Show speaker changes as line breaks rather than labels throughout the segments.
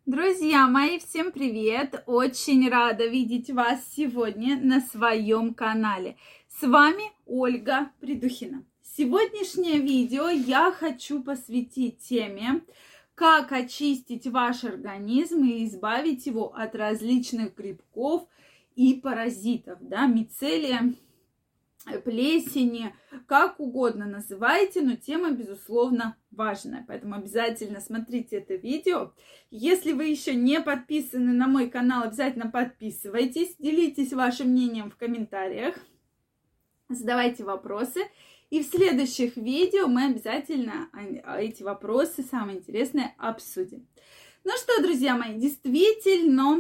Друзья мои, всем привет! Очень рада видеть вас сегодня на своем канале. С вами Ольга Придухина. Сегодняшнее видео я хочу посвятить теме, как очистить ваш организм и избавить его от различных грибков и паразитов, мицелия, плесени, как угодно называйте, но тема, безусловно, важная. Поэтому обязательно смотрите это видео. Если вы еще не подписаны на мой канал, обязательно подписывайтесь, делитесь вашим мнением в комментариях, задавайте вопросы. И в следующих видео мы обязательно эти вопросы, самые интересные, обсудим. Ну что, друзья мои, действительно,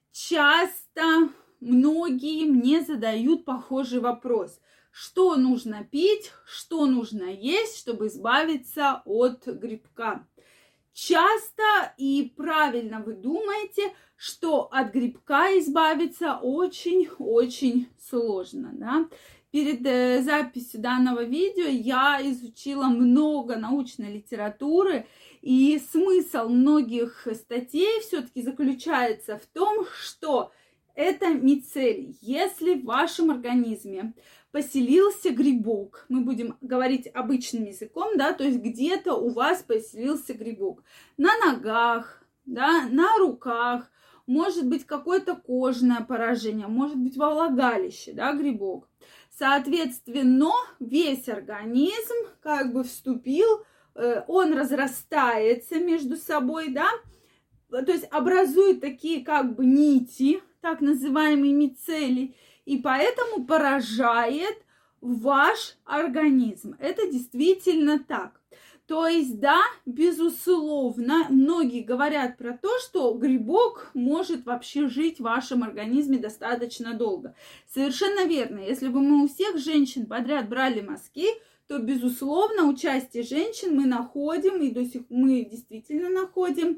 часто многие мне задают похожий вопрос. Что нужно пить, что нужно есть, чтобы избавиться от грибка? Часто и правильно вы думаете, что от грибка избавиться очень-очень сложно, да? Перед записью данного видео я изучила много научной литературы, и смысл многих статей все-таки заключается в том, что это мицелий. Если в вашем организме поселился грибок, мы будем говорить обычным языком, то есть где-то у вас поселился грибок на ногах, на руках, может быть какое-то кожное поражение, может быть во влагалище, грибок. Соответственно, весь организм вступил, он разрастается между собой, то есть образует такие нити, так называемый мицелий, и поэтому поражает ваш организм. Это действительно так. То есть, безусловно, многие говорят про то, что грибок может вообще жить в вашем организме достаточно долго. Совершенно верно. Если бы мы у всех женщин подряд брали мазки, то, безусловно, у части женщин мы находим, и мы действительно находим,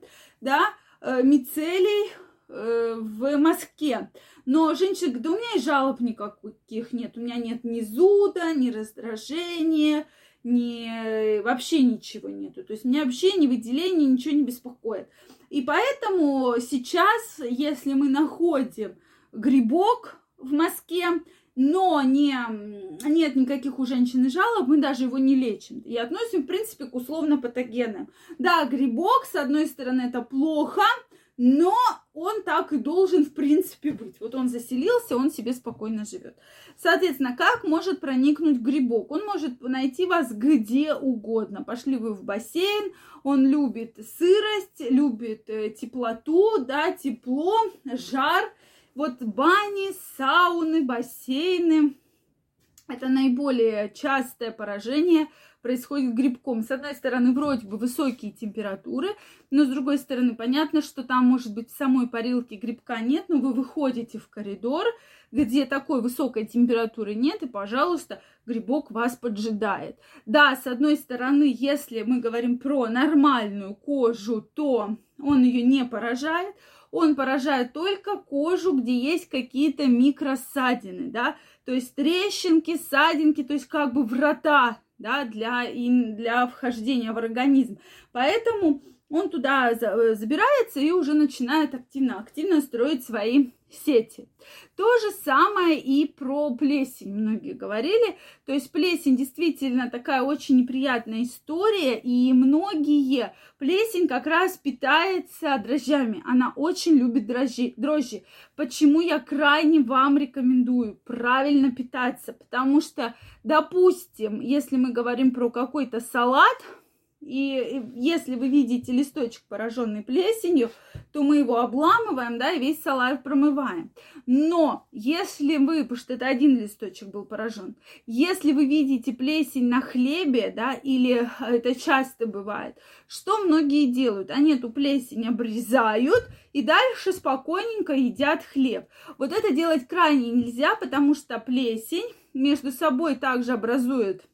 мицелий в мазке. Но женщина говорит, у меня и жалоб никаких нет. У меня нет ни зуда, ни раздражения, вообще ничего нету. То есть меня вообще ни выделение, ничего не беспокоит. И поэтому сейчас, если мы находим грибок в мазке, но нет никаких у женщины жалоб, мы даже его не лечим. И относим, в принципе, к условно-патогенным. Да, грибок, с одной стороны, это плохо, но он так и должен, в принципе, быть. Вот он заселился, он себе спокойно живет. Соответственно, как может проникнуть грибок? Он может найти вас где угодно. Пошли вы в бассейн, он любит сырость, любит теплоту, тепло, жар. Вот бани, сауны, бассейны. Это наиболее частое поражение происходит грибком. С одной стороны, вроде бы высокие температуры, но с другой стороны, понятно, что там, может быть, в самой парилке грибка нет, но вы выходите в коридор, где такой высокой температуры нет, и, пожалуйста, грибок вас поджидает. Да, с одной стороны, если мы говорим про нормальную кожу, то он ее не поражает. Он поражает только кожу, где есть какие-то микросадины, то есть трещинки, ссадинки, то есть врата, для вхождения в организм. Поэтому он туда забирается и уже начинает активно строить свои сети. То же самое и про плесень многие говорили. То есть плесень действительно такая очень неприятная история, и плесень как раз питается дрожжами. Она очень любит дрожжи. Почему я крайне вам рекомендую правильно питаться? Потому что, допустим, если мы говорим про какой-то салат, и если вы видите листочек, пораженный плесенью, то мы его обламываем, и весь салат промываем. Но если потому что это один листочек был поражен, если вы видите плесень на хлебе, или это часто бывает, что многие делают? Они эту плесень обрезают и дальше спокойненько едят хлеб. Вот это делать крайне нельзя, потому что плесень между собой также образует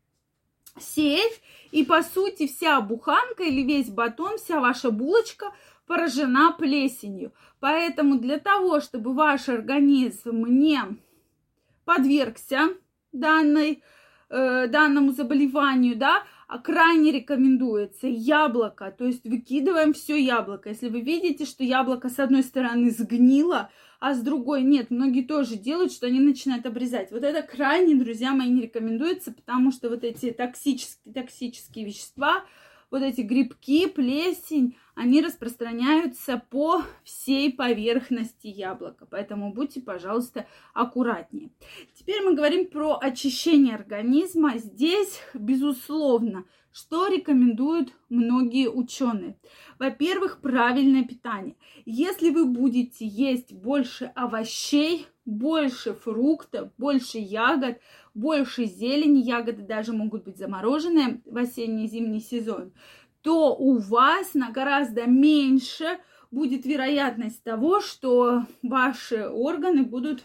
сеть, и по сути вся буханка или весь батон, вся ваша булочка поражена плесенью. Поэтому для того, чтобы ваш организм не подвергся данному заболеванию, крайне рекомендуется яблоко, то есть выкидываем все яблоко. Если вы видите, что яблоко с одной стороны сгнило, а с другой нет, многие тоже делают, что они начинают обрезать. Вот это крайне, друзья мои, не рекомендуется, потому что вот эти токсические вещества, вот эти грибки, плесень, они распространяются по всей поверхности яблока. Поэтому будьте, пожалуйста, аккуратнее. Теперь мы говорим про очищение организма. Здесь, безусловно, что рекомендуют многие ученые? Во-первых, правильное питание. Если вы будете есть больше овощей, больше фруктов, больше ягод, больше зелени, ягоды даже могут быть замороженные в осенне-зимний сезон, то у вас на гораздо меньше будет вероятность того, что ваши органы будут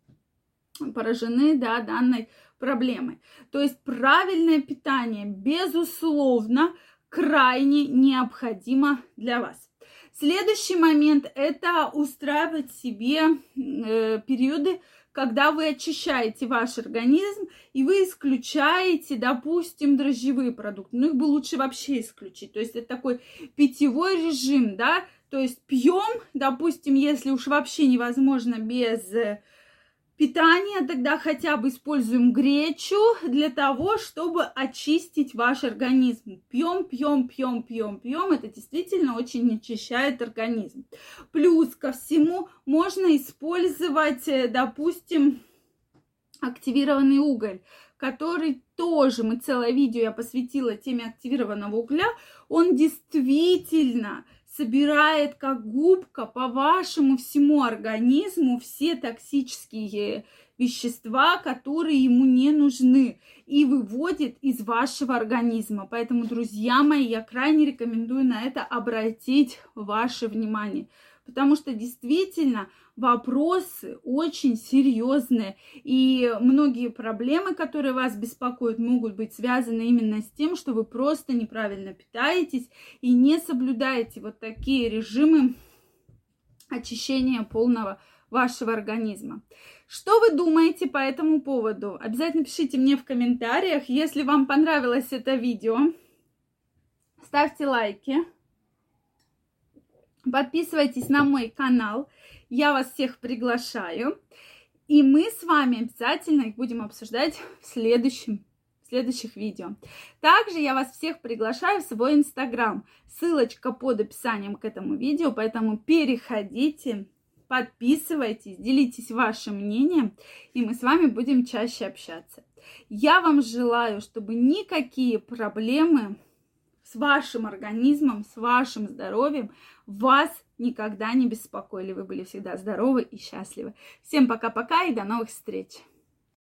поражены, да, данной проблемой. То есть правильное питание, безусловно, крайне необходимо для вас. Следующий момент – это устраивать себе периоды, когда вы очищаете ваш организм и вы исключаете, допустим, дрожжевые продукты. Ну, их бы лучше вообще исключить. То есть это такой питьевой режим, да, то есть пьем, допустим, если уж вообще невозможно без питания, тогда хотя бы используем гречу для того, чтобы очистить ваш организм. Пьем. Это действительно очень очищает организм. Плюс ко всему можно использовать, допустим, активированный уголь, который тоже, мы целое видео я посвятила теме активированного угля, он действительно собирает как губка по вашему всему организму все токсические вещества, которые ему не нужны, и выводит из вашего организма. Поэтому, друзья мои, я крайне рекомендую на это обратить ваше внимание, потому что действительно вопросы очень серьезные, и многие проблемы, которые вас беспокоят, могут быть связаны именно с тем, что вы просто неправильно питаетесь и не соблюдаете вот такие режимы очищения полного вашего организма. Что вы думаете по этому поводу? Обязательно пишите мне в комментариях. Если вам понравилось это видео, ставьте лайки, подписывайтесь на мой канал. Я вас всех приглашаю. И мы с вами обязательно их будем обсуждать в следующих видео. Также я вас всех приглашаю в свой инстаграм. Ссылочка под описанием к этому видео, поэтому переходите, подписывайтесь, делитесь вашим мнением, и мы с вами будем чаще общаться. Я вам желаю, чтобы никакие проблемы с вашим организмом, с вашим здоровьем вас никогда не беспокоили. Вы были всегда здоровы и счастливы. Всем пока-пока и до новых встреч!